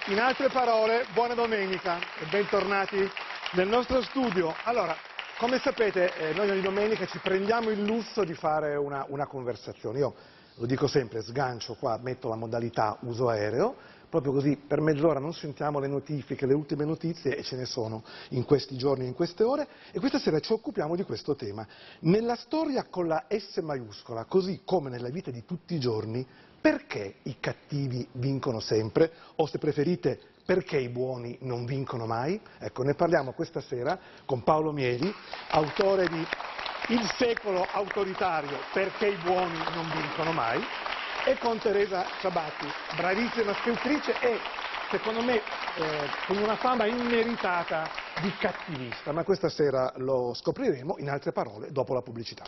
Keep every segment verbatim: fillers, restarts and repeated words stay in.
In altre parole, buona domenica e bentornati nel nostro studio. Allora, come sapete, eh, noi ogni domenica ci prendiamo il lusso di fare una, una conversazione. Io lo dico sempre, sgancio qua, metto la modalità uso aereo, proprio così per mezz'ora non sentiamo le notifiche, le ultime notizie, e ce ne sono in questi giorni e in queste ore, e questa sera ci occupiamo di questo tema. Nella storia con la S maiuscola, così come nella vita di tutti i giorni, perché i cattivi vincono sempre? O se preferite, perché i buoni non vincono mai? Ecco, ne parliamo questa sera con Paolo Mieli, autore di Il secolo autoritario, perché i buoni non vincono mai, e con Teresa Ciabatti, bravissima scrittrice e, secondo me, eh, con una fama immeritata di cattivista, ma questa sera lo scopriremo, in altre parole, dopo la pubblicità.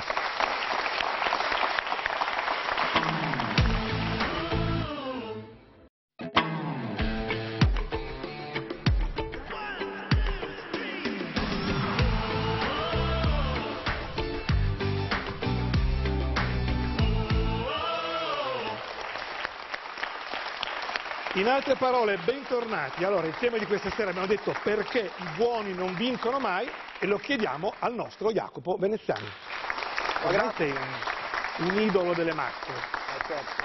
In altre parole, bentornati. Allora, il tema di questa sera abbiamo detto perché i buoni non vincono mai, e lo chiediamo al nostro Jacopo Veneziani. Grazie. Un, un idolo delle masse. Eh, certo.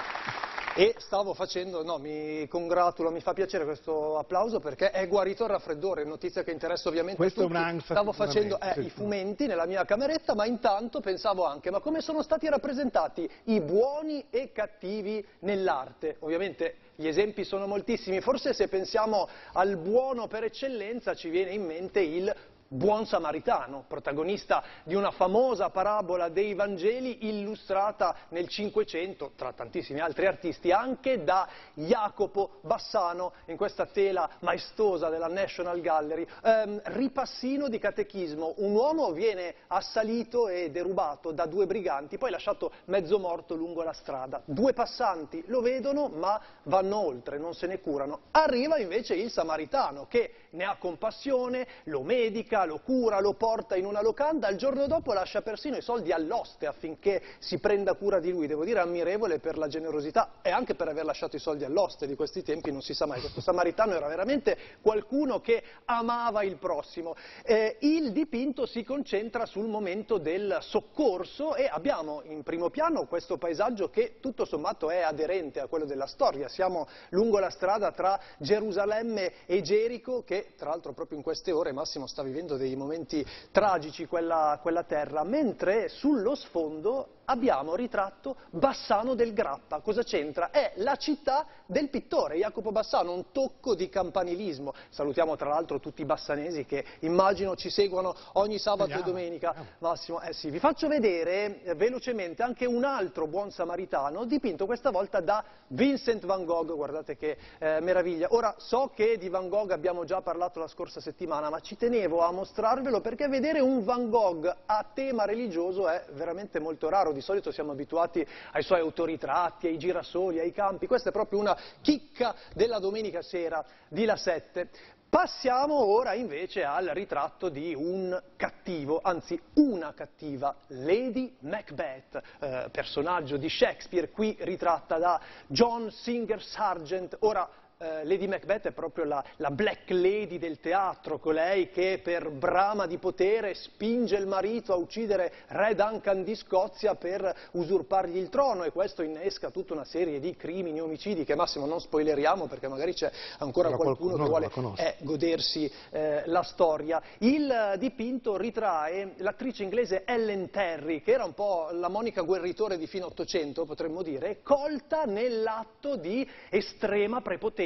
E stavo facendo, no, mi congratulo, mi fa piacere questo applauso perché è guarito il raffreddore, notizia che interessa ovviamente Questo tutti. È un'ansia, stavo facendo eh, sì. i fumetti nella mia cameretta, ma intanto pensavo anche, ma come sono stati rappresentati i buoni e cattivi nell'arte? Ovviamente gli esempi sono moltissimi, forse se pensiamo al buono per eccellenza ci viene in mente il Buon Samaritano, protagonista di una famosa parabola dei Vangeli illustrata nel Cinquecento, tra tantissimi altri artisti, anche da Jacopo Bassano, in questa tela maestosa della National Gallery. Ehm, ripassino di catechismo: un uomo viene assalito e derubato da due briganti, poi lasciato mezzo morto lungo la strada. Due passanti lo vedono ma vanno oltre, non se ne curano. Arriva invece il Samaritano che ne ha compassione, lo medica, lo cura, lo porta in una locanda, il giorno dopo lascia persino i soldi all'oste affinché si prenda cura di lui. Devo dire ammirevole per la generosità e anche per aver lasciato i soldi all'oste. Di questi tempi non si sa mai, questo Samaritano era veramente qualcuno che amava il prossimo. Eh, il dipinto si concentra sul momento del soccorso e abbiamo in primo piano questo paesaggio che tutto sommato è aderente a quello della storia. Siamo lungo la strada tra Gerusalemme e Gerico, che tra l'altro proprio in queste ore Massimo sta vivendo dei momenti tragici, quella, quella terra, mentre sullo sfondo abbiamo ritratto Bassano del Grappa. Cosa c'entra? È la città del pittore Jacopo Bassano, un tocco di campanilismo. Salutiamo tra l'altro tutti i bassanesi che immagino ci seguono ogni sabato Andiamo. e domenica. Massimo, eh sì, vi faccio vedere eh, velocemente anche un altro buon samaritano, dipinto questa volta da Vincent van Gogh. Guardate che eh, meraviglia. Ora, so che di Van Gogh abbiamo già parlato la scorsa settimana, ma ci tenevo a mostrarvelo perché vedere un Van Gogh a tema religioso è veramente molto raro. Di solito siamo abituati ai suoi autoritratti, ai girasoli, ai campi. Questa è proprio una chicca della domenica sera di La sette. Passiamo ora invece al ritratto di un cattivo, anzi una cattiva, Lady Macbeth, eh, personaggio di Shakespeare, qui ritratta da John Singer Sargent. Ora, Uh, Lady Macbeth è proprio la, la Black Lady del teatro, colei che per brama di potere spinge il marito a uccidere Re Duncan di Scozia per usurpargli il trono, e questo innesca tutta una serie di crimini, omicidi che Massimo non spoileriamo perché magari c'è ancora Però qualcuno, qualcuno che vuole eh, godersi eh, la storia. Il dipinto ritrae l'attrice inglese Ellen Terry, che era un po' la Monica Guerritore di fine Ottocento, potremmo dire, colta nell'atto di estrema prepotenza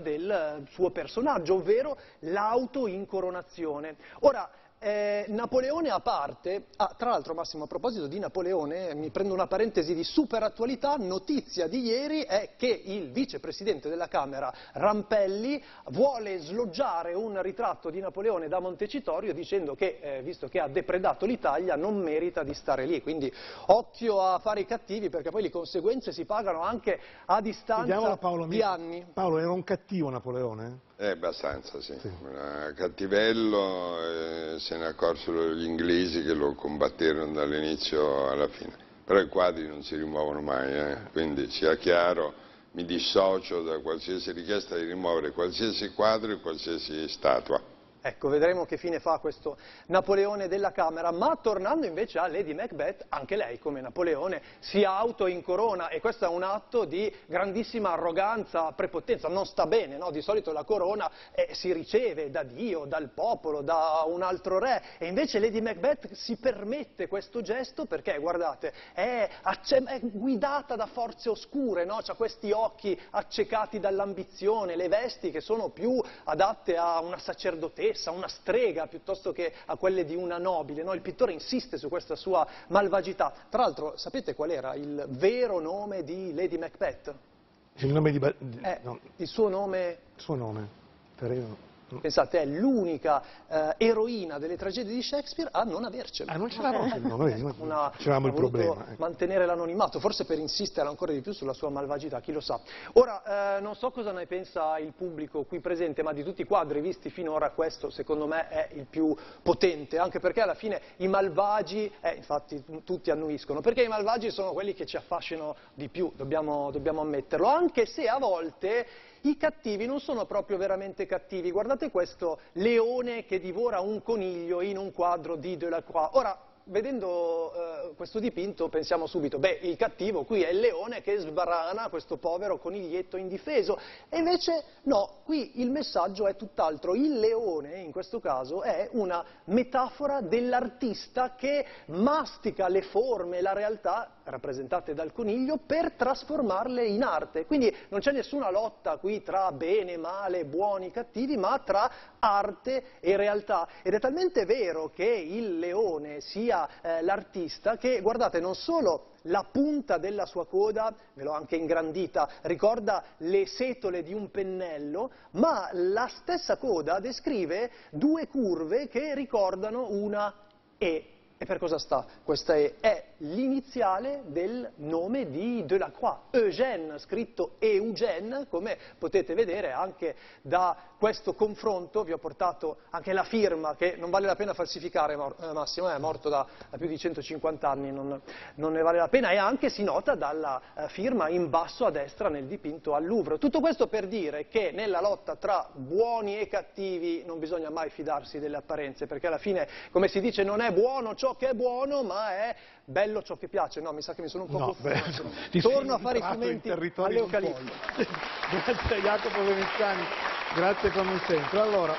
del suo personaggio, ovvero l'auto-incoronazione. Ora, Eh, Napoleone a parte, ah, tra l'altro Massimo, a proposito di Napoleone, mi prendo una parentesi di super attualità, notizia di ieri è che il vicepresidente della Camera Rampelli vuole sloggiare un ritratto di Napoleone da Montecitorio dicendo che, eh, visto che ha depredato l'Italia, non merita di stare lì, quindi occhio a fare i cattivi perché poi le conseguenze si pagano anche a distanza Paolo, di anni. Paolo, era un cattivo Napoleone? Eh, abbastanza, sì. sì. Era cattivello, eh, se ne accorsero gli inglesi che lo combatterono dall'inizio alla fine. Però i quadri non si rimuovono mai, eh? Quindi sia chiaro mi dissocio da qualsiasi richiesta di rimuovere qualsiasi quadro e qualsiasi statua. Ecco, vedremo che fine fa questo Napoleone della Camera, ma tornando invece a Lady Macbeth, anche lei come Napoleone si auto-incorona e questo è un atto di grandissima arroganza, prepotenza, non sta bene, no? Di solito la corona eh, si riceve da Dio, dal popolo, da un altro re e invece Lady Macbeth si permette questo gesto perché, guardate, è, è guidata da forze oscure, no? C'ha questi occhi accecati dall'ambizione, le vesti che sono più adatte a una sacerdotessa, una strega piuttosto che a quelle di una nobile, no? Il pittore insiste su questa sua malvagità. Tra l'altro, sapete qual era il vero nome di Lady Macbeth? Il nome di... Eh, no. Il suo nome... Il suo nome? Ferrero. Pensate, è l'unica eh, eroina delle tragedie di Shakespeare a non avercelo. Ah, non ce l'avevamo il nome, noi Una, c'eravamo il ha voluto problema. Ecco. mantenere l'anonimato, forse per insistere ancora di più sulla sua malvagità, chi lo sa. Ora, eh, non so cosa ne pensa il pubblico qui presente, ma di tutti i quadri visti finora questo secondo me è il più potente, anche perché alla fine i malvagi, eh, infatti tutti annuiscono, perché i malvagi sono quelli che ci affascinano di più, dobbiamo, dobbiamo ammetterlo, anche se a volte... I cattivi non sono proprio veramente cattivi, guardate questo leone che divora un coniglio in un quadro di Delacroix. Ora, vedendo eh, questo dipinto pensiamo subito, beh, il cattivo qui è il leone che sbrana questo povero coniglietto indifeso, e invece no, qui il messaggio è tutt'altro. Il leone, in questo caso, è una metafora dell'artista che mastica le forme e la realtà rappresentate dal coniglio per trasformarle in arte. Quindi non c'è nessuna lotta qui tra bene, male, buoni, cattivi, ma tra arte e realtà. Ed è talmente vero che il leone sia eh, l'artista che, guardate, non solo la punta della sua coda, ve l'ho anche ingrandita, ricorda le setole di un pennello, ma la stessa coda descrive due curve che ricordano una E. E per cosa sta questa E? È l'iniziale del nome di Delacroix, Eugène, scritto Eugène, come potete vedere anche da questo confronto. Vi ho portato anche la firma, che non vale la pena falsificare, Massimo, è morto da, da più di centocinquanta anni, non, non ne vale la pena, e anche si nota dalla eh, firma in basso a destra nel dipinto al Louvre. Tutto questo per dire che nella lotta tra buoni e cattivi non bisogna mai fidarsi delle apparenze, perché alla fine, come si dice, non è buono ciò che è buono, ma è bello ciò che piace. No, mi sa che mi sono un po' no, confuso. Beh, Torno a fare i fumetti alle eucalipto. Grazie a Jacopo Veneziani, grazie come sempre. Allora,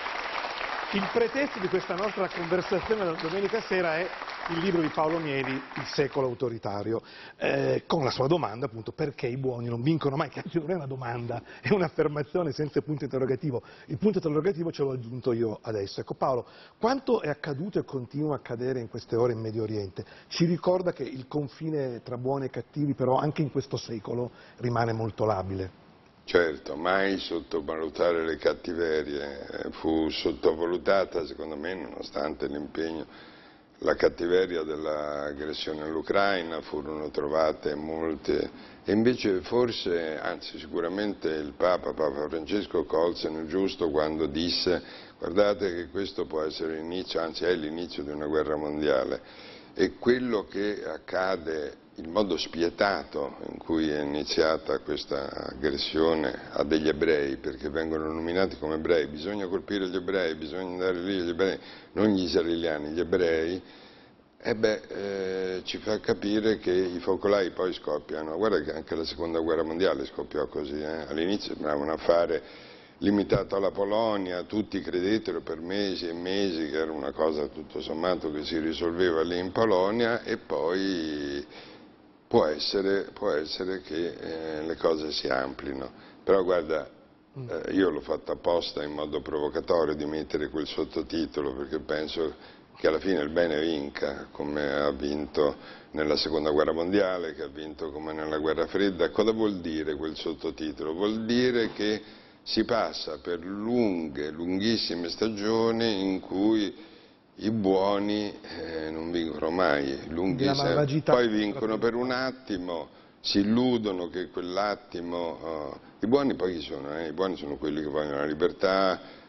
il pretesto di questa nostra conversazione domenica sera è il libro di Paolo Mieli, Il secolo autoritario, eh, con la sua domanda appunto perché i buoni non vincono mai, che anzi non è una domanda, è un'affermazione senza punto interrogativo. Il punto interrogativo ce l'ho aggiunto io adesso. Ecco Paolo, quanto è accaduto e continua a accadere in queste ore in Medio Oriente ci ricorda che il confine tra buoni e cattivi però anche in questo secolo rimane molto labile. Certo, mai sottovalutare le cattiverie, fu sottovalutata secondo me nonostante l'impegno, la cattiveria dell'aggressione all'Ucraina, furono trovate molte, e invece forse, anzi sicuramente il Papa, Papa Francesco colse nel giusto quando disse guardate che questo può essere l'inizio, anzi è l'inizio di una guerra mondiale, e quello che accade, il modo spietato in cui è iniziata questa aggressione a degli ebrei, perché vengono nominati come ebrei, bisogna colpire gli ebrei, bisogna andare lì agli ebrei, non gli israeliani, gli ebrei, e beh, eh, ci fa capire che i focolai poi scoppiano. Guarda che anche la seconda guerra mondiale scoppiò così, eh? All'inizio sembrava un affare limitato alla Polonia, tutti credettero per mesi e mesi che era una cosa tutto sommato che si risolveva lì in Polonia, e poi può essere, può essere che eh, le cose si amplino. Però guarda, eh, io l'ho fatto apposta in modo provocatorio di mettere quel sottotitolo, perché penso che alla fine il bene vinca, come ha vinto nella seconda guerra mondiale, che ha vinto come nella guerra fredda. Cosa vuol dire quel sottotitolo? Vuol dire che si passa per lunghe, lunghissime stagioni in cui i buoni eh, non vincono mai, lunghissime, poi vincono per un attimo, si illudono che quell'attimo, uh, i buoni poi chi sono? Eh? I buoni sono quelli che vogliono la libertà,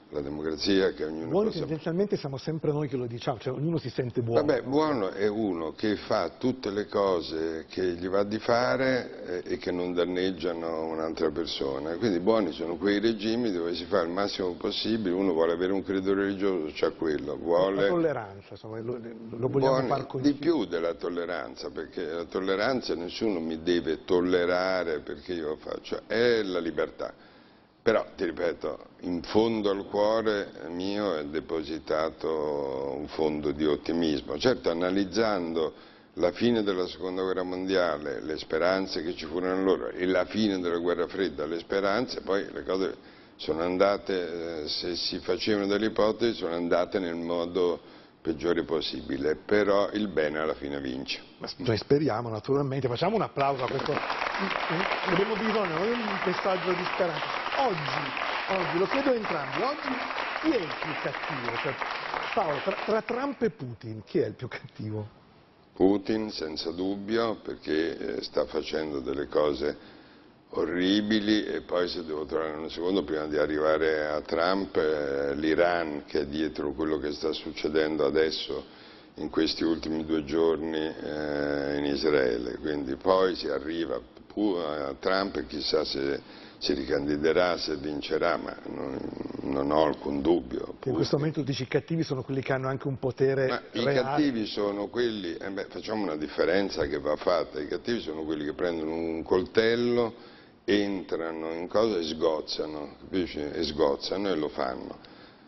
la democrazia, che ognuno Buoni possa... tendenzialmente siamo sempre noi che lo diciamo, cioè ognuno si sente buono. Vabbè, buono è uno che fa tutte le cose che gli va di fare e che non danneggiano un'altra persona. Quindi buoni sono quei regimi dove si fa il massimo possibile, uno vuole avere un credo religioso, c'ha quello, vuole... La tolleranza, insomma, lo, lo vogliamo buoni, far di più della tolleranza, perché la tolleranza nessuno mi deve tollerare perché io faccio, è la libertà. Però, ti ripeto, in fondo al cuore mio è depositato un fondo di ottimismo. Certo, analizzando la fine della seconda guerra mondiale, le speranze che ci furono allora e la fine della guerra fredda, le speranze, poi le cose sono andate, eh, se si facevano delle ipotesi, sono andate nel modo peggiore possibile, però il bene alla fine vince. Ma noi speriamo, naturalmente. Facciamo un applauso a questo. Abbiamo bisogno di un messaggio di speranza. Oggi, oggi, lo chiedo a entrambi, oggi chi è il più cattivo? Cioè, Paolo, tra, tra Trump e Putin, chi è il più cattivo? Putin, senza dubbio, perché eh, sta facendo delle cose orribili, e poi, se devo trovare un secondo prima di arrivare a Trump, eh, l'Iran, che è dietro quello che sta succedendo adesso in questi ultimi due giorni eh, in Israele. Quindi poi si arriva a Trump e chissà se si ricandiderà, se vincerà, ma non, non ho alcun dubbio. In questo momento dici i cattivi sono quelli che hanno anche un potere ma reale. I cattivi sono quelli, eh beh, facciamo una differenza che va fatta, i cattivi sono quelli che prendono un coltello, entrano in cosa e sgozzano, capisci? E sgozzano e lo fanno.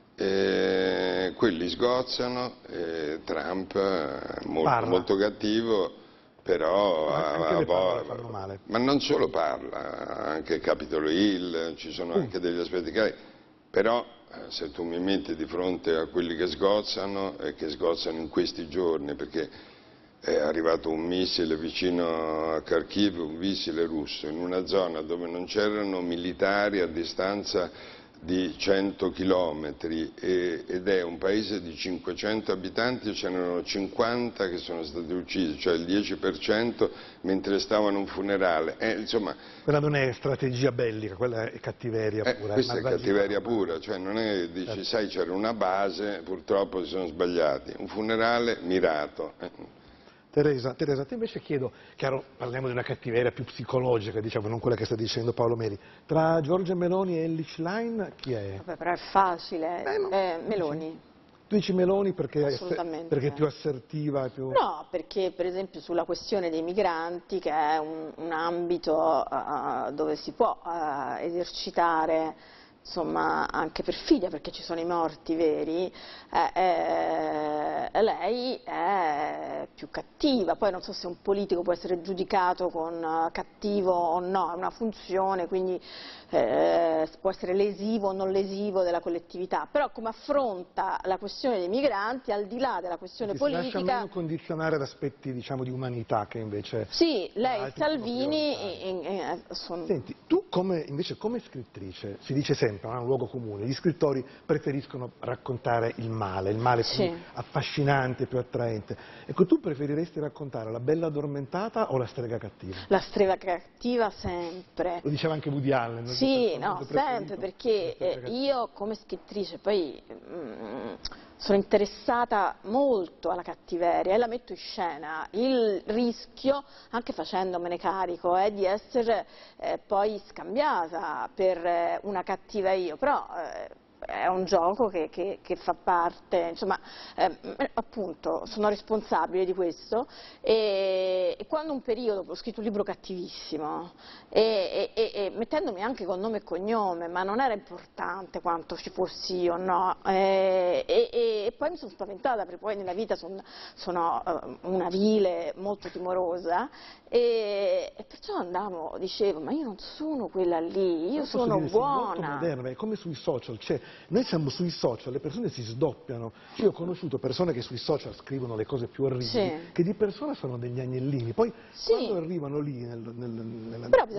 E quelli sgozzano, e Trump è molto, molto cattivo, però anche a, a, fanno male. Ma non solo parla, anche Capitol Hill, ci sono uh. anche degli aspetti che... Però se tu mi metti di fronte a quelli che sgozzano, e che sgozzano in questi giorni, perché è arrivato un missile vicino a Kharkiv, un missile russo, in una zona dove non c'erano militari a distanza di cento chilometri, e, ed è un paese di cinquecento abitanti, ce n'erano cinquanta che sono stati uccisi, cioè il dieci per cento mentre stavano a un funerale. Eh, insomma, quella non è strategia bellica, quella è cattiveria pura. Eh, questa è cattiveria pura, cioè non è che dici, certo, sai, c'era una base, purtroppo si sono sbagliati, un funerale mirato. Eh. Teresa, Teresa, te invece chiedo, chiaro, parliamo di una cattiveria più psicologica, diciamo, non quella che sta dicendo Paolo Meri. Tra Giorgia Meloni e Elly Schlein, chi è? Vabbè, però è facile, eh, no. eh, Meloni. Tu dici Meloni perché è, perché è più assertiva? È più... No, perché per esempio sulla questione dei migranti, che è un, un ambito uh, dove si può uh, esercitare, insomma, anche perfidia, perché ci sono i morti veri, eh, eh, lei è più cattiva. Poi non so se un politico può essere giudicato con uh, cattivo o no, è una funzione, quindi eh, può essere lesivo o non lesivo della collettività, però come affronta la questione dei migranti, al di là della questione si politica... Si lascia meno condizionare ad aspetti, diciamo, di umanità, che invece... Sì, lei e Salvini... In, in, in, sono... Senti, tu come, invece come scrittrice, si dice sempre, è un luogo comune, gli scrittori preferiscono raccontare il male, il male più sì. affascinante, più attraente. Ecco, tu preferiresti raccontare La bella addormentata o La strega cattiva? La strega cattiva sempre. Lo diceva anche Woody Allen. Sì, no, sempre, perché eh, io come scrittrice poi mm, sono interessata molto alla cattiveria e la metto in scena. Il rischio, anche facendomene carico, è di essere eh, poi scambiata per eh, una cattiva io, però eh, è un gioco che, che, che fa parte, insomma, eh, appunto, sono responsabile di questo, e, e quando un periodo ho scritto un libro cattivissimo, e, e, e mettendomi anche con nome e cognome, ma non era importante quanto ci fossi io, no, e, e, e poi mi sono spaventata, perché poi nella vita son, sono uh, una vile, molto timorosa, e, e perciò andavo, dicevo, ma io non sono quella lì, io sono dire, buona. Molto moderno, è come sui social, cioè, noi siamo sui social, le persone si sdoppiano. Io ho conosciuto persone che sui social scrivono le cose più orribili, sì. che di persona sono degli agnellini, poi sì. quando arrivano lì nel, nel, nella, però bisogna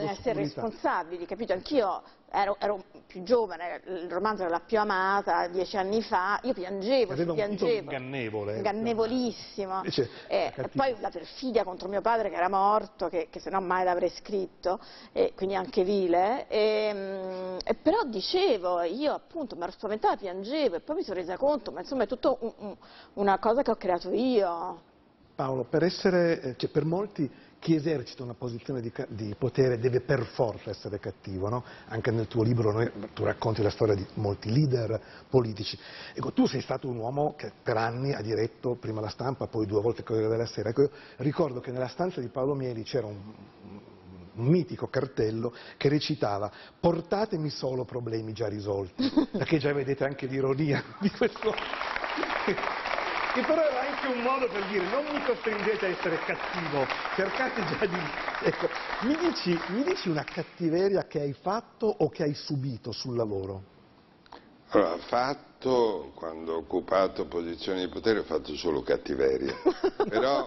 essere responsabili, capito? Anch'io ero, ero più giovane, il romanzo era la più amata, dieci anni fa, io piangevo, Aveva ci un titolo piangevo. ingannevole. Ingannevolissimo. Invece, E poi la perfidia contro mio padre che era morto, che, che se no mai l'avrei scritto, e quindi anche vile. E, e però dicevo, io appunto mi ero spaventata, piangevo e poi mi sono resa conto, ma insomma è tutta un, un, una cosa che ho creato io. Paolo, per essere, cioè per molti chi esercita una posizione di, di potere deve per forza essere cattivo, no? Anche nel tuo libro noi, tu racconti la storia di molti leader politici. Ecco, tu sei stato un uomo che per anni ha diretto prima la Stampa, poi due volte il Corriere della Sera. Ecco, io ricordo che nella stanza di Paolo Mieli c'era un, un mitico cartello che recitava "Portatemi solo problemi già risolti", perché già vedete anche l'ironia di questo... che però era anche un modo per dire non mi costringete a essere cattivo, cercate già di... Ecco, mi dici, mi dici una cattiveria che hai fatto o che hai subito sul lavoro? Allora, fatto, quando ho occupato posizioni di potere, ho fatto solo cattiverie, però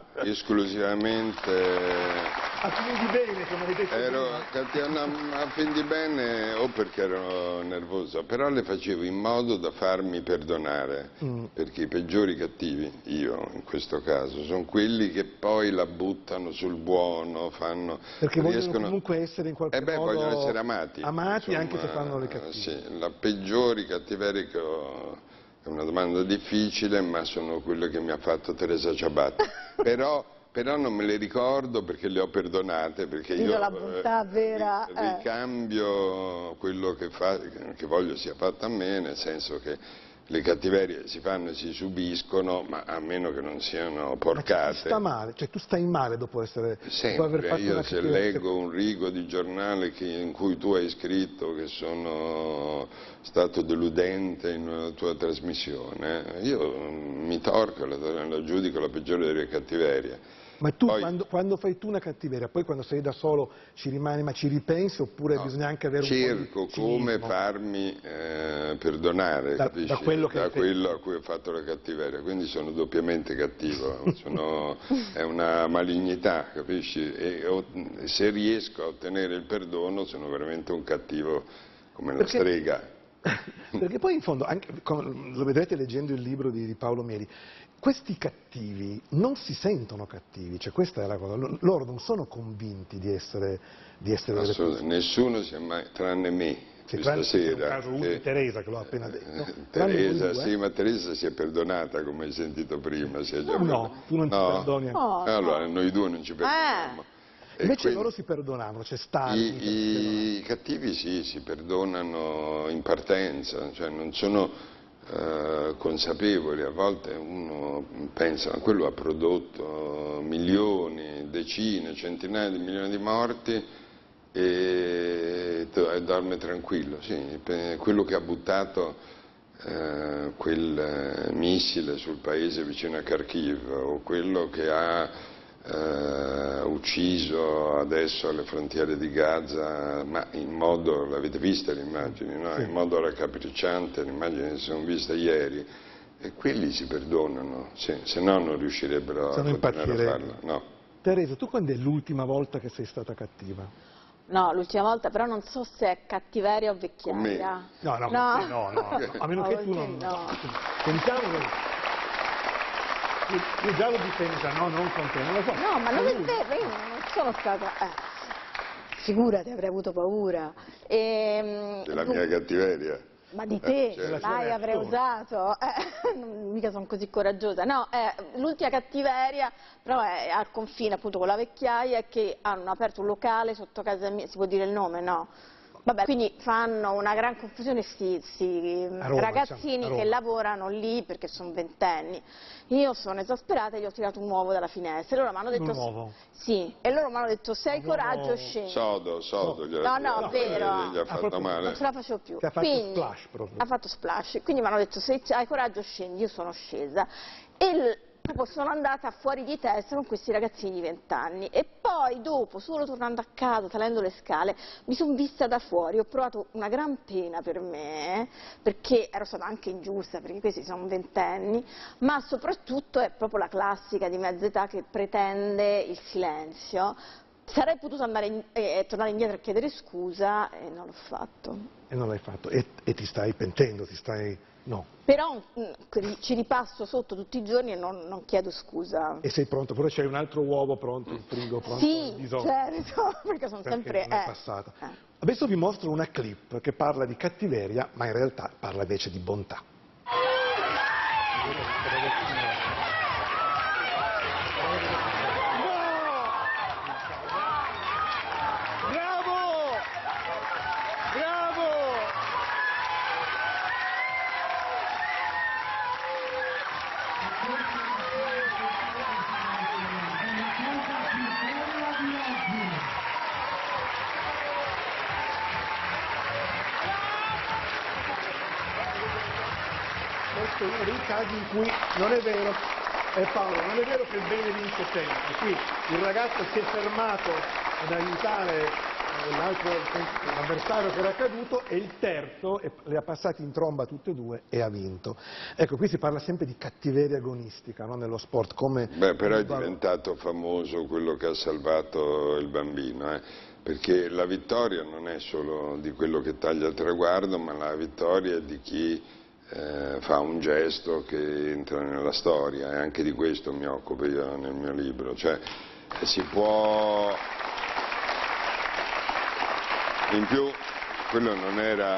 esclusivamente... A fin di bene, come hai detto Ero prima. cattivo, no, a fin di bene o perché ero nervoso, però le facevo in modo da farmi perdonare, mm. perché i peggiori cattivi, io in questo caso, sono quelli che poi la buttano sul buono, fanno... Perché vogliono riescono... comunque essere in qualche eh beh, modo... vogliono essere amati. Amati insomma, anche se fanno le cattive. Sì, la peggiori cattiverie che ho... È una domanda difficile, ma sono quelle che mi ha fatto Teresa Ciabatta. Però... Però non me le ricordo perché le ho perdonate, perché Dico io la bontà eh, vera, eh. ricambio quello che, fa, che voglio sia fatto a me, nel senso che le cattiverie si fanno e si subiscono, ma a meno che non siano porcate. Ma sta male, cioè tu stai male dopo essere... Sempre, dopo aver fatto io una se cattiveria. leggo un rigo di giornale che, in cui tu hai scritto che sono stato deludente in una tua trasmissione, io mi torco, la, la giudico la peggiore delle cattiverie. Ma tu poi, quando, quando fai tu una cattiveria, poi quando sei da solo ci rimani, ma ci ripensi oppure no, bisogna anche avere un cerco po' di cinismo? come farmi eh, perdonare, da, capisci? Da quello, che da quello a cui ho fatto la cattiveria, quindi sono doppiamente cattivo, sono, è una malignità, capisci? E ho, se riesco a ottenere il perdono sono veramente un cattivo come la perché, strega. Perché poi in fondo, anche, lo vedrete leggendo il libro di, di Paolo Mieli, questi cattivi non si sentono cattivi, cioè questa è la cosa, loro non sono convinti di essere, di essere delle persone. Nessuno si è mai, tranne me, sì, questa tranne sera. C'è un caso uno di Teresa che l'ho appena detto. Eh, Teresa, sì, ma Teresa si è perdonata come hai sentito prima. Si è già no, no, tu non no. ti perdoni. Oh, allora, no. noi due non ci perdoniamo. Eh. Invece quindi, loro si perdonavano, c'è Stalin. I, i cattivi sì, si perdonano in partenza, cioè non sono... Uh, consapevoli, a volte uno pensa ma quello ha prodotto milioni, decine, centinaia di milioni di morti e, e dorme tranquillo, sì, quello che ha buttato uh, quel missile sul paese vicino a Kharkiv o quello che ha Uh, ucciso adesso alle frontiere di Gaza, ma in modo, l'avete vista le immagini, no? Sì. In modo raccapricciante, le immagini si sono viste ieri, e quelli si perdonano, se, se no non riuscirebbero Sono a continuare a farlo. No. Teresa, tu quando è l'ultima volta che sei stata cattiva? No, l'ultima volta, però non so se è cattiveria o vecchiaia. No, no, no, no, no, no, a meno no, che tu non... no. Sentiamo che... Io già l'ho difesa, no, non con te, non lo so. No, ma non è vero, io non sono stata... Eh. Figurati, avrei avuto paura. E, Della mia cattiveria. Ma di te, eh, certo. mai avrei usato, eh, mica sono così coraggiosa. No, eh, l'ultima cattiveria, però è al confine appunto con la vecchiaia, è che hanno aperto un locale sotto casa mia, si può dire il nome, no? Vabbè, quindi fanno una gran confusione sti, sti Roma, ragazzini diciamo, che lavorano lì perché sono ventenni. Io sono esasperata e gli ho tirato un uovo dalla finestra e loro mi hanno detto... Un uovo? Sì, e loro mi hanno detto se hai un uovo... coraggio scendi. Sodo, sodo. No, no, no, no, vero. Gli ha fatto ah, male. Non ce la facevo più. Che ha fatto quindi, splash proprio. Ha fatto splash, quindi mi hanno detto se hai coraggio scendi, io sono scesa. E il, proprio sono andata fuori di testa con questi ragazzini di vent'anni e poi dopo, solo tornando a casa, salendo le scale, mi sono vista da fuori, ho provato una gran pena per me, perché ero stata anche ingiusta, perché questi sono ventenni, ma soprattutto è proprio la classica di mezza età che pretende il silenzio. sarei potuta andare in, eh, tornare indietro a chiedere scusa e non l'ho fatto. E non l'hai fatto, e, e ti stai pentendo, ti stai... no. Però mh, ci ripasso sotto tutti i giorni e non, non chiedo scusa. E sei pronto, pure c'hai un altro uovo pronto, un frigo pronto? Sì, bisogno, certo, perché sono perché sempre... non è eh. passata. Eh. Adesso vi mostro una clip che parla di cattiveria, ma in realtà parla invece di bontà. Questo è uno dei casi in cui non è vero, eh, Paolo, non è vero che il bene vince sempre. Qui il ragazzo si è fermato ad aiutare eh, l'altro, l'avversario che era caduto, e il terzo e le ha passati in tromba tutte e due e ha vinto. Ecco, qui si parla sempre di cattiveria agonistica, no, nello sport. Come Beh, però è diventato famoso quello che ha salvato il bambino, eh? Perché la vittoria non è solo di quello che taglia il traguardo, ma la vittoria è di chi eh, fa un gesto che entra nella storia, e anche di questo mi occupo io nel mio libro. Cioè, si può... In più, quello non era,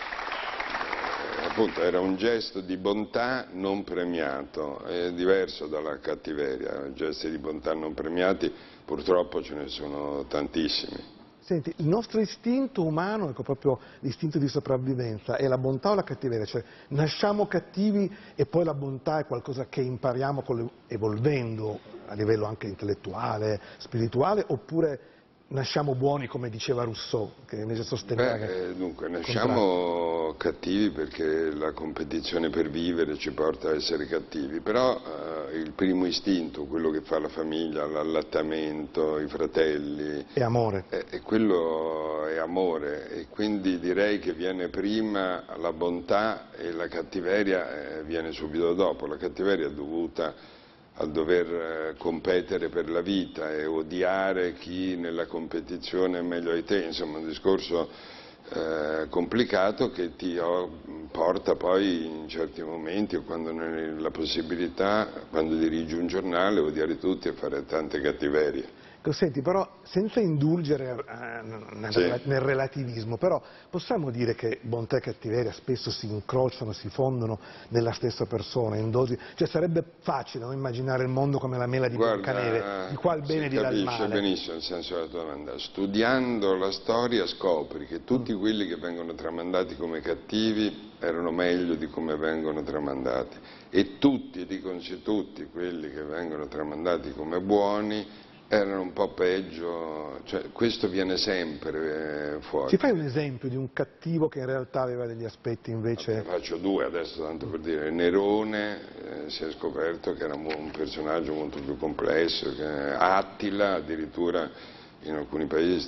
eh, appunto, era un gesto di bontà non premiato, è diverso dalla cattiveria. Gesti di bontà non premiati purtroppo ce ne sono tantissimi. Senti, il nostro istinto umano, ecco proprio l'istinto di sopravvivenza, è la bontà o la cattiveria? Cioè, nasciamo cattivi e poi la bontà è qualcosa che impariamo evolvendo a livello anche intellettuale, spirituale, oppure nasciamo buoni come diceva Rousseau, che invece sosteneva Beh, che... dunque, nasciamo cattivi perché la competizione per vivere ci porta a essere cattivi, però eh, il primo istinto, quello che fa la famiglia, l'allattamento, i fratelli... È amore. E, e quello è amore, e quindi direi che viene prima la bontà e la cattiveria eh, viene subito dopo. La cattiveria è dovuta al dover competere per la vita e odiare chi nella competizione è meglio di te, insomma un discorso eh, complicato che ti porta poi in certi momenti, o quando non hai la possibilità, quando dirigi un giornale, a odiare tutti e fare tante cattiverie. Senti, però senza indulgere eh, nel, Sì. nel relativismo, però possiamo dire che bontà e cattiveria spesso si incrociano, si fondono nella stessa persona, in dosi, cioè sarebbe facile non immaginare il mondo come la mela di Guarda, Biancaneve, di qua il bene e di là il capisce male. benissimo il senso della tua domanda. Studiando la storia scopri che tutti quelli che vengono tramandati come cattivi erano meglio di come vengono tramandati, e tutti, dicoci tutti, quelli che vengono tramandati come buoni erano un po' peggio, cioè questo viene sempre eh, fuori. Ci fai un esempio di un cattivo che in realtà aveva degli aspetti invece... Ne faccio due adesso, tanto per dire. Nerone eh, si è scoperto che era un personaggio molto più complesso, che Attila addirittura in alcuni paesi è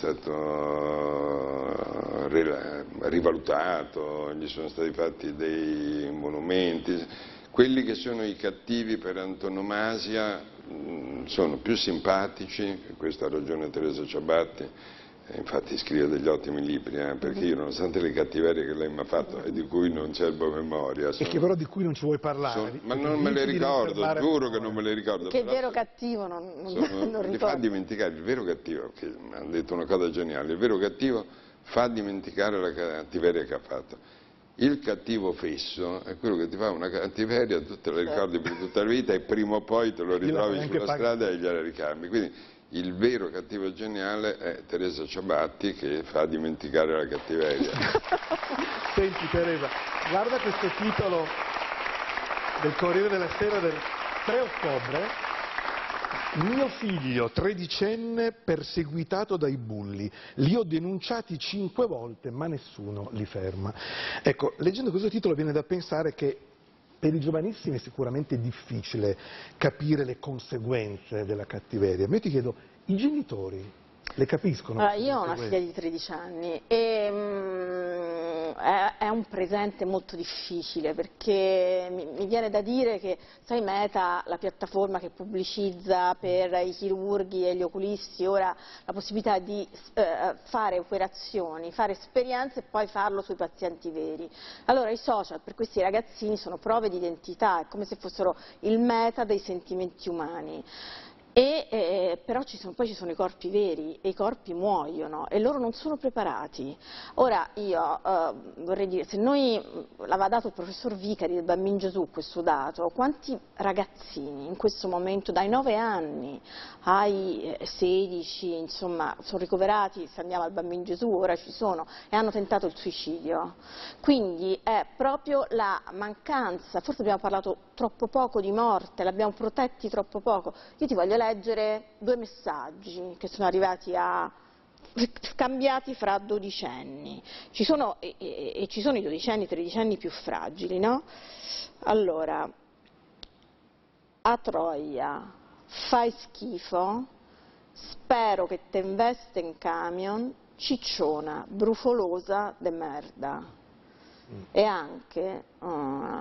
stato rivalutato, gli sono stati fatti dei monumenti. Quelli che sono i cattivi per antonomasia sono più simpatici, questa ha ragione Teresa Ciabatti, eh, infatti scrive degli ottimi libri, eh, perché io, nonostante le cattiverie che lei mi ha fatto e di cui non serbo memoria... Sono, e che però di cui non ci vuoi parlare. Sono, ma non me le ricordo, giuro che non me le ricordo. Che il vero cattivo non, non, sono, non mi ricordo. fa dimenticare, il vero cattivo, che mi hanno detto una cosa geniale, il vero cattivo fa dimenticare la cattiveria che ha fatto. Il cattivo fesso è quello che ti fa una cattiveria, tu te la ricordi per tutta la vita e prima o poi te lo ritrovi sulla strada e gliela ricambi. Quindi il vero cattivo geniale è Teresa Ciabatti, che fa dimenticare la cattiveria. Senti Teresa, guarda questo titolo del Corriere della Sera del tre ottobre. Mio figlio, tredicenne, perseguitato dai bulli. Li ho denunciati cinque volte, ma nessuno li ferma. Ecco, leggendo questo titolo viene da pensare che per i giovanissimi è sicuramente difficile capire le conseguenze della cattiveria. Ma io ti chiedo, i genitori le capiscono? Allora, io ho una figlia di tredici anni e mm, è, è un presente molto difficile, perché mi, mi viene da dire che, sai, Meta, la piattaforma che pubblicizza per i chirurghi e gli oculisti ora la possibilità di eh, fare operazioni, fare esperienze e poi farlo sui pazienti veri. Allora i social per questi ragazzini sono prove di identità, è come se fossero il Meta dei sentimenti umani. E, eh, però ci sono, poi ci sono i corpi veri e i corpi muoiono e loro non sono preparati. Ora io eh, vorrei dire, se noi, l'aveva dato il professor Vicari del Bambino Gesù questo dato, quanti ragazzini in questo momento dai nove anni ai sedici, insomma, sono ricoverati, se andiamo al Bambino Gesù, ora ci sono, e hanno tentato il suicidio. Quindi è proprio la mancanza, forse abbiamo parlato troppo poco di morte, l'abbiamo protetti troppo poco. Io ti voglio leggere due messaggi che sono arrivati a scambiati fra dodicenni. Ci sono, e, e, e ci sono i dodicenni, tredicenni più fragili, no? Allora, a Troia, fai schifo, spero che te investe in camion, cicciona, brufolosa de merda. Mm. E anche uh,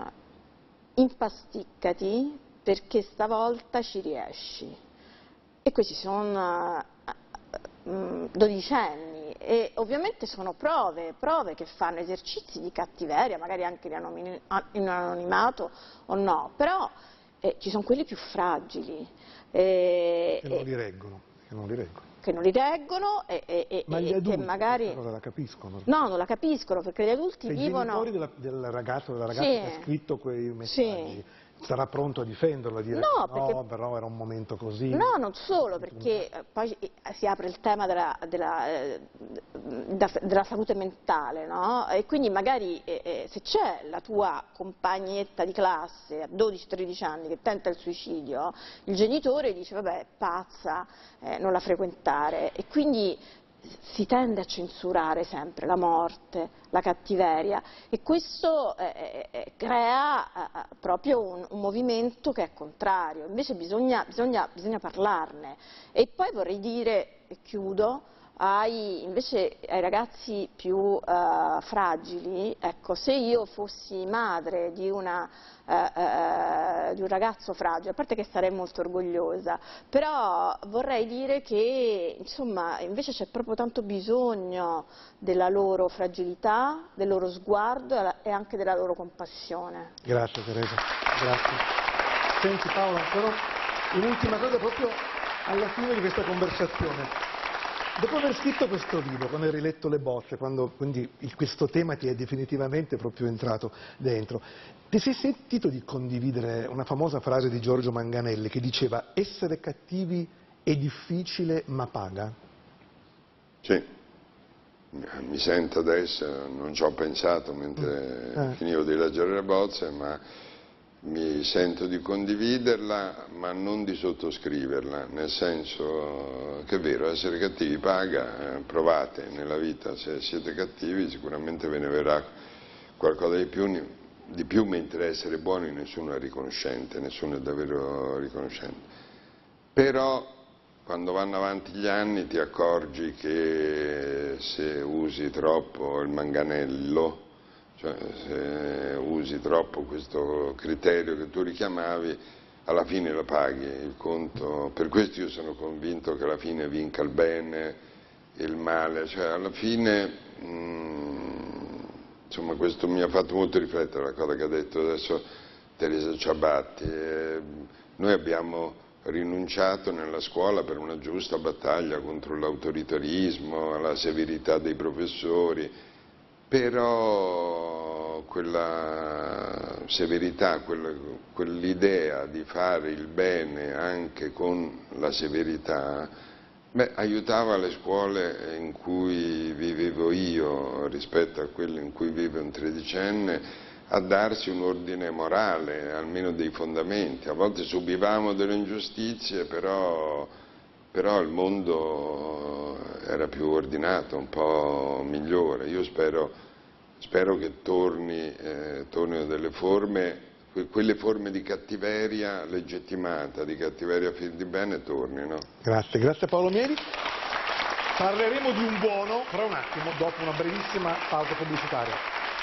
impasticcati perché stavolta ci riesci. E questi sono uh, uh, dodicenni e ovviamente sono prove, prove che fanno esercizi di cattiveria, magari anche in anonimato o no, però eh, ci sono quelli più fragili. Eh, che non li reggono, che non li reggono. Che non li reggono e, e, Ma gli e adulti che magari cosa la capiscono? No, non la capiscono perché gli adulti Se vivono. I genitori della, del ragazzo o della ragazza sì. che ha scritto quei messaggi, sì, sarà pronto a difenderlo, a dire no, no, perché... però era un momento così. No, non solo, perché poi si apre il tema della, della, eh, della salute mentale, no? E quindi magari eh, se c'è la tua compagnetta di classe a dodici tredici anni che tenta il suicidio, il genitore dice vabbè, pazza, eh, non la frequentare, e quindi si tende a censurare sempre la morte, la cattiveria, e questo eh, eh, crea eh, proprio un, un movimento che è contrario. Invece bisogna, bisogna, bisogna parlarne. E poi vorrei dire, e chiudo, ai, invece ai ragazzi più eh, fragili, ecco, se io fossi madre di, una, eh, eh, di un ragazzo fragile, a parte che sarei molto orgogliosa, però vorrei dire che insomma invece c'è proprio tanto bisogno della loro fragilità, del loro sguardo e anche della loro compassione. Grazie Teresa, grazie. Senti Paola, però un'ultima cosa proprio alla fine di questa conversazione. Dopo aver scritto questo libro, quando hai riletto le bozze, quando quindi il, questo tema ti è definitivamente proprio entrato dentro, ti sei sentito di condividere una famosa frase di Giorgio Manganelli che diceva essere cattivi è difficile ma paga? Sì, mi sento adesso, non ci ho pensato mentre mm. eh. finivo di leggere le bozze, ma mi sento di condividerla, ma non di sottoscriverla, nel senso che è vero, essere cattivi paga, provate nella vita, se siete cattivi sicuramente ve ne verrà qualcosa di più, di più mentre essere buoni nessuno è riconoscente, nessuno è davvero riconoscente. Però quando vanno avanti gli anni ti accorgi che se usi troppo il manganello, cioè se usi troppo questo criterio che tu richiamavi, alla fine lo paghi il conto. Per questo io sono convinto che alla fine vinca il bene e il male, cioè alla fine mh, insomma questo mi ha fatto molto riflettere la cosa che ha detto adesso Teresa Ciabatti. Eh, noi abbiamo rinunciato nella scuola per una giusta battaglia contro l'autoritarismo, la severità dei professori. Però quella severità, quell'idea di fare il bene anche con la severità, beh, aiutava le scuole in cui vivevo io rispetto a quelle in cui vive un tredicenne a darsi un ordine morale, almeno dei fondamenti. A volte subivamo delle ingiustizie, però, però il mondo era più ordinato, un po' migliore. Io spero, spero che torni, eh, tornino delle forme, que quelle forme di cattiveria legittimata, di cattiveria fin di bene tornino. Grazie, grazie Paolo Mieli. Parleremo di un buono fra un attimo, dopo una brevissima pausa pubblicitaria.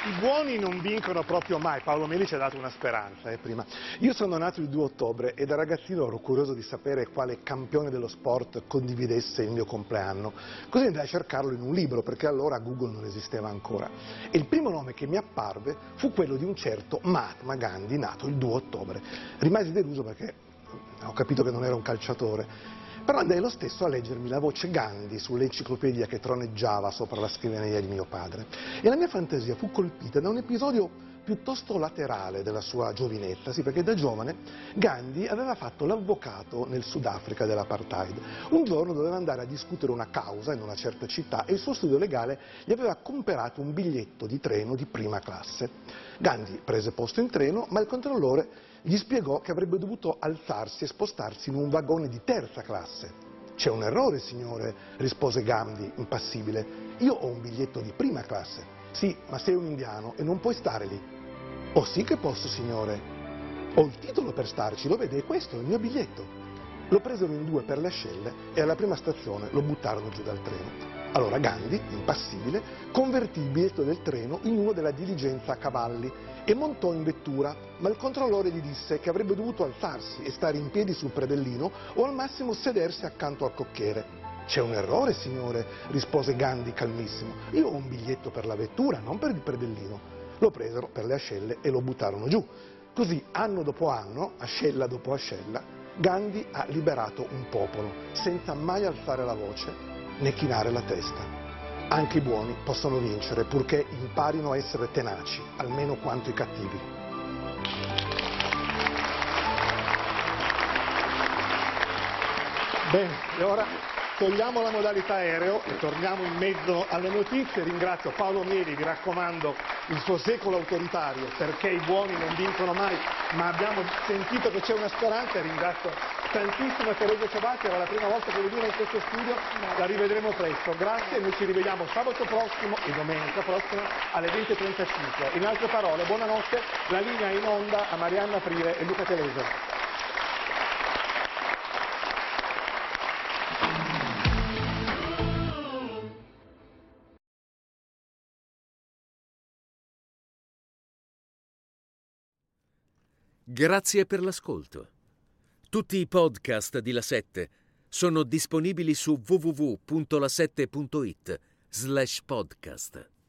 I buoni non vincono proprio mai. Paolo Meli ci ha dato una speranza eh, prima. Io sono nato il due ottobre e da ragazzino ero curioso di sapere quale campione dello sport condividesse il mio compleanno. Così andai a cercarlo in un libro, perché allora Google non esisteva ancora. E il primo nome che mi apparve fu quello di un certo Mahatma Gandhi, nato il due ottobre. Rimasi deluso perché ho capito che non era un calciatore. Però andai lo stesso a leggermi la voce Gandhi sull'enciclopedia che troneggiava sopra la scrivania di mio padre. E la mia fantasia fu colpita da un episodio piuttosto laterale della sua giovinezza, sì, perché da giovane Gandhi aveva fatto l'avvocato nel Sudafrica dell'apartheid. Un giorno doveva andare a discutere una causa in una certa città e il suo studio legale gli aveva comperato un biglietto di treno di prima classe. Gandhi prese posto in treno, ma il controllore gli spiegò che avrebbe dovuto alzarsi e spostarsi in un vagone di terza classe. «C'è un errore, signore», rispose Gandhi, impassibile. «Io ho un biglietto di prima classe». «Sì, ma sei un indiano e non puoi stare lì». «Oh sì che posso, signore. Ho il titolo per starci, lo vede, è questo, il mio biglietto». Lo presero in due per le ascelle e alla prima stazione lo buttarono giù dal treno. Allora Gandhi, impassibile, convertì il biglietto del treno in uno della diligenza a cavalli e montò in vettura, ma il controllore gli disse che avrebbe dovuto alzarsi e stare in piedi sul predellino o al massimo sedersi accanto al cocchiere. «C'è un errore, signore», rispose Gandhi calmissimo. «Io ho un biglietto per la vettura, non per il predellino». Lo presero per le ascelle e lo buttarono giù. Così, anno dopo anno, ascella dopo ascella, Gandhi ha liberato un popolo, senza mai alzare la voce né chinare la testa. Anche i buoni possono vincere, purché imparino a essere tenaci, almeno quanto i cattivi. Bene, e ora togliamo la modalità aereo e torniamo in mezzo alle notizie. Ringrazio Paolo Meli, vi raccomando il suo secolo autoritario, perché i buoni non vincono mai, ma abbiamo sentito che c'è una speranza, e ringrazio tantissimo Teresa Ciabatti, era la prima volta che veniva in questo studio, la rivedremo presto. Grazie, noi ci rivediamo sabato prossimo e domenica prossima alle venti e trentacinque. In altre parole, buonanotte, la linea in onda a Marianna Frire e Luca Telese. Grazie per l'ascolto. Tutti i podcast di La Sette sono disponibili su w w w punto la sette punto it slash podcast.